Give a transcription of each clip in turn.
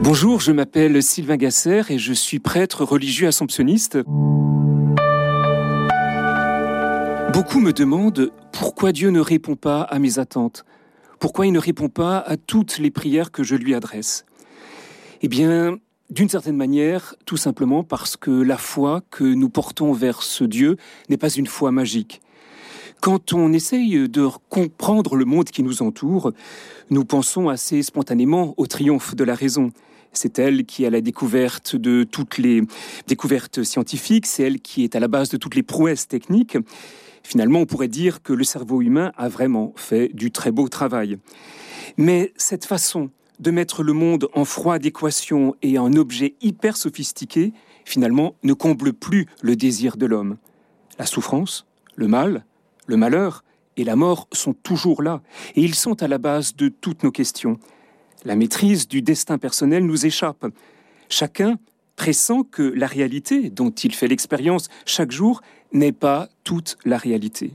Bonjour, je m'appelle Sylvain Gasser et je suis prêtre religieux assomptionniste. Beaucoup me demandent pourquoi Dieu ne répond pas à mes attentes, pourquoi il ne répond pas à toutes les prières que je lui adresse. Eh bien, d'une certaine manière, tout simplement parce que la foi que nous portons vers ce Dieu n'est pas une foi magique. Quand on essaye de comprendre le monde qui nous entoure, nous pensons assez spontanément au triomphe de la raison. C'est elle qui est à la découverte de toutes les découvertes scientifiques, c'est elle qui est à la base de toutes les prouesses techniques. Finalement, on pourrait dire que le cerveau humain a vraiment fait du très beau travail. Mais cette façon de mettre le monde en froide équation et en objet hyper sophistiqué, finalement, ne comble plus le désir de l'homme. La souffrance, le mal, le malheur et la mort sont toujours là, et ils sont à la base de toutes nos questions. La maîtrise du destin personnel nous échappe. Chacun pressent que la réalité dont il fait l'expérience chaque jour n'est pas toute la réalité.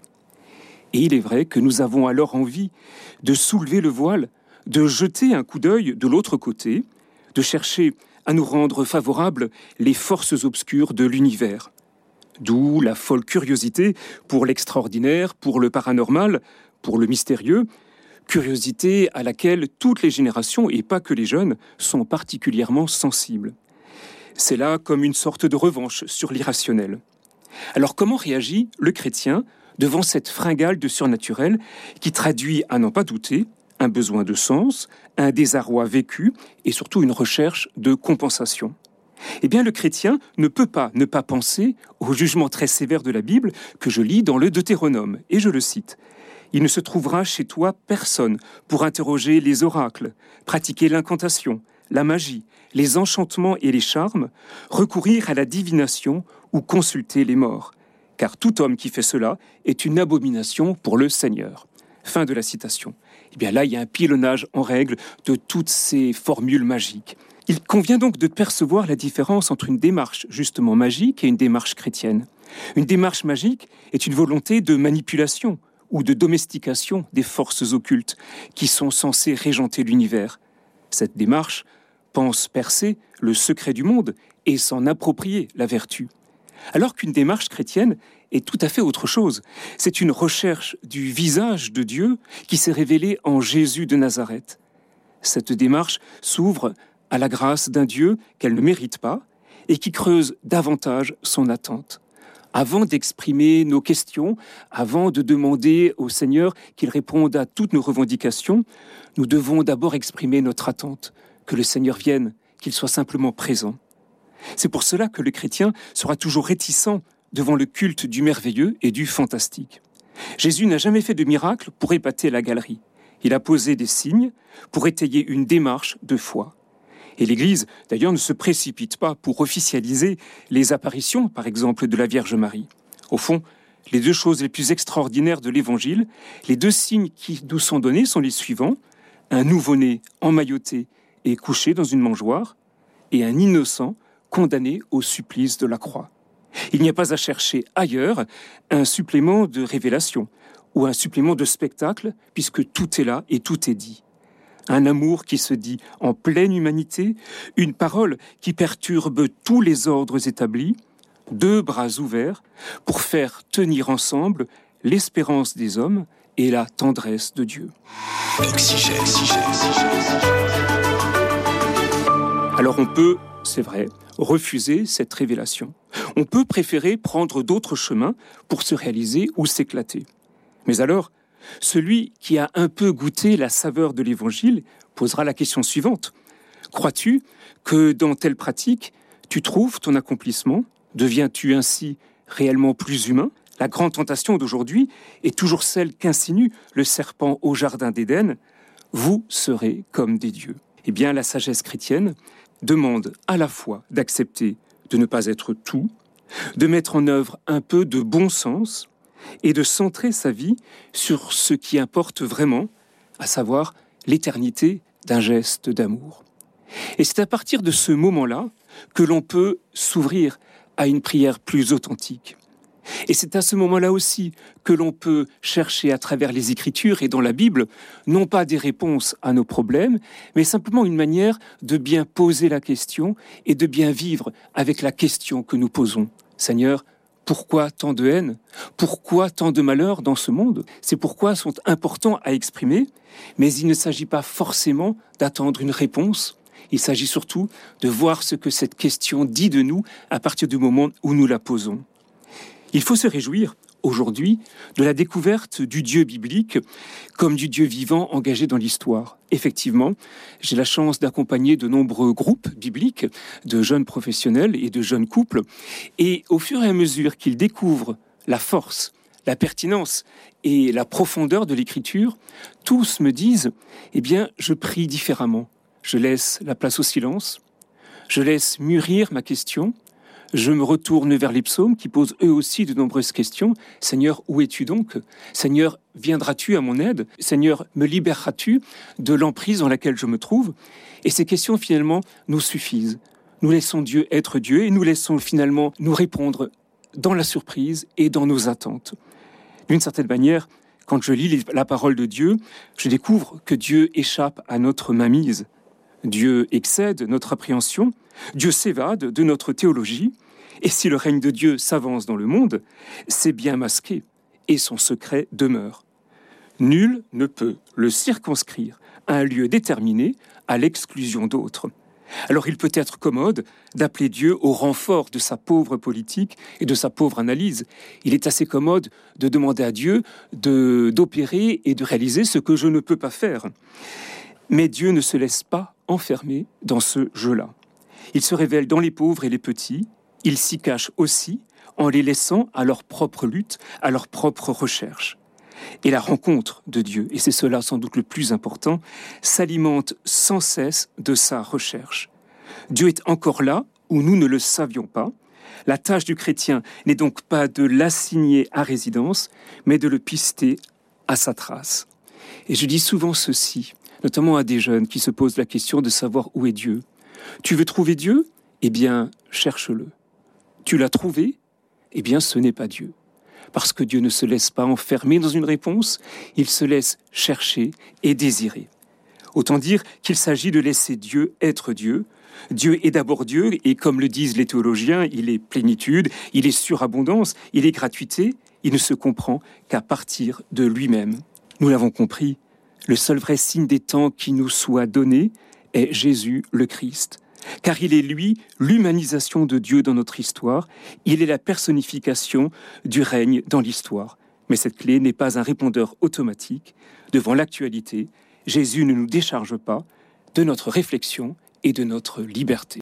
Et il est vrai que nous avons alors envie de soulever le voile, de jeter un coup d'œil de l'autre côté, de chercher à nous rendre favorables les forces obscures de l'univers. D'où la folle curiosité pour l'extraordinaire, pour le paranormal, pour le mystérieux, curiosité à laquelle toutes les générations, et pas que les jeunes, sont particulièrement sensibles. C'est là comme une sorte de revanche sur l'irrationnel. Alors comment réagit le chrétien devant cette fringale de surnaturel qui traduit, à n'en pas douter, un besoin de sens, un désarroi vécu et surtout une recherche de compensation ? Eh bien, le chrétien ne peut pas ne pas penser au jugement très sévère de la Bible que je lis dans le Deutéronome, et je le cite. « Il ne se trouvera chez toi personne pour interroger les oracles, pratiquer l'incantation, la magie, les enchantements et les charmes, recourir à la divination ou consulter les morts. Car tout homme qui fait cela est une abomination pour le Seigneur. » Fin de la citation. Eh bien là, il y a un pilonnage en règle de toutes ces formules magiques. Il convient donc de percevoir la différence entre une démarche justement magique et une démarche chrétienne. Une démarche magique est une volonté de manipulation ou de domestication des forces occultes qui sont censées régenter l'univers. Cette démarche pense percer le secret du monde et s'en approprier la vertu. Alors qu'une démarche chrétienne est tout à fait autre chose. C'est une recherche du visage de Dieu qui s'est révélé en Jésus de Nazareth. Cette démarche s'ouvre à la grâce d'un Dieu qu'elle ne mérite pas et qui creuse davantage son attente. Avant d'exprimer nos questions, avant de demander au Seigneur qu'il réponde à toutes nos revendications, nous devons d'abord exprimer notre attente, que le Seigneur vienne, qu'il soit simplement présent. C'est pour cela que le chrétien sera toujours réticent devant le culte du merveilleux et du fantastique. Jésus n'a jamais fait de miracle pour épater la galerie. Il a posé des signes pour étayer une démarche de foi. Et l'Église, d'ailleurs, ne se précipite pas pour officialiser les apparitions, par exemple, de la Vierge Marie. Au fond, les deux choses les plus extraordinaires de l'Évangile, les deux signes qui nous sont donnés sont les suivants. Un nouveau-né emmailloté et couché dans une mangeoire, et un innocent condamné au supplice de la croix. Il n'y a pas à chercher ailleurs un supplément de révélation ou un supplément de spectacle, puisque tout est là et tout est dit. Un amour qui se dit en pleine humanité, une parole qui perturbe tous les ordres établis, deux bras ouverts pour faire tenir ensemble l'espérance des hommes et la tendresse de Dieu. Oxygène. Alors on peut, c'est vrai, refuser cette révélation. On peut préférer prendre d'autres chemins pour se réaliser ou s'éclater. Mais alors, celui qui a un peu goûté la saveur de l'Évangile posera la question suivante. Crois-tu que dans telle pratique, tu trouves ton accomplissement ? Deviens-tu ainsi réellement plus humain ? La grande tentation d'aujourd'hui est toujours celle qu'insinue le serpent au jardin d'Éden. Vous serez comme des dieux. Eh bien, la sagesse chrétienne demande à la fois d'accepter de ne pas être tout, de mettre en œuvre un peu de bon sens et de centrer sa vie sur ce qui importe vraiment, à savoir l'éternité d'un geste d'amour. Et c'est à partir de ce moment-là que l'on peut s'ouvrir à une prière plus authentique. Et c'est à ce moment-là aussi que l'on peut chercher à travers les Écritures et dans la Bible, non pas des réponses à nos problèmes, mais simplement une manière de bien poser la question et de bien vivre avec la question que nous posons. Seigneur, pourquoi tant de haine? Pourquoi tant de malheur dans ce monde? Ces pourquoi sont importants à exprimer, mais il ne s'agit pas forcément d'attendre une réponse. Il s'agit surtout de voir ce que cette question dit de nous à partir du moment où nous la posons. Il faut se réjouir aujourd'hui de la découverte du Dieu biblique comme du Dieu vivant engagé dans l'histoire. Effectivement, j'ai la chance d'accompagner de nombreux groupes bibliques de jeunes professionnels et de jeunes couples. Et au fur et à mesure qu'ils découvrent la force, la pertinence et la profondeur de l'Écriture, tous me disent « Eh bien, je prie différemment. Je laisse la place au silence. Je laisse mûrir ma question. » Je me retourne vers les psaumes qui posent eux aussi de nombreuses questions. Seigneur, où es-tu donc? Seigneur, viendras-tu à mon aide? Seigneur, me libéreras-tu de l'emprise dans laquelle je me trouve? Et ces questions finalement nous suffisent. Nous laissons Dieu être Dieu et nous laissons finalement nous répondre dans la surprise et dans nos attentes. D'une certaine manière, quand je lis la parole de Dieu, je découvre que Dieu échappe à notre mainmise. Dieu excède notre appréhension, Dieu s'évade de notre théologie, et si le règne de Dieu s'avance dans le monde, c'est bien masqué, et son secret demeure. Nul ne peut le circonscrire à un lieu déterminé à l'exclusion d'autres. Alors il peut être commode d'appeler Dieu au renfort de sa pauvre politique et de sa pauvre analyse. Il est assez commode de demander à Dieu d'opérer et de réaliser ce que je ne peux pas faire. Mais Dieu ne se laisse pas enfermer dans ce jeu-là. Il se révèle dans les pauvres et les petits, il s'y cache aussi en les laissant à leur propre lutte, à leur propre recherche. Et la rencontre de Dieu, et c'est cela sans doute le plus important, s'alimente sans cesse de sa recherche. Dieu est encore là où nous ne le savions pas. La tâche du chrétien n'est donc pas de l'assigner à résidence, mais de le pister à sa trace. Et je dis souvent ceci, notamment à des jeunes qui se posent la question de savoir où est Dieu. Tu veux trouver Dieu? Eh bien, cherche-le. Tu l'as trouvé? Eh bien, ce n'est pas Dieu. Parce que Dieu ne se laisse pas enfermer dans une réponse, il se laisse chercher et désirer. Autant dire qu'il s'agit de laisser Dieu être Dieu. Dieu est d'abord Dieu, et comme le disent les théologiens, il est plénitude, il est surabondance, il est gratuité, il ne se comprend qu'à partir de lui-même. Nous l'avons compris, le seul vrai signe des temps qui nous soit donné est Jésus le Christ. Car il est lui, l'humanisation de Dieu dans notre histoire, il est la personnification du règne dans l'histoire. Mais cette clé n'est pas un répondeur automatique. Devant l'actualité, Jésus ne nous décharge pas de notre réflexion et de notre liberté.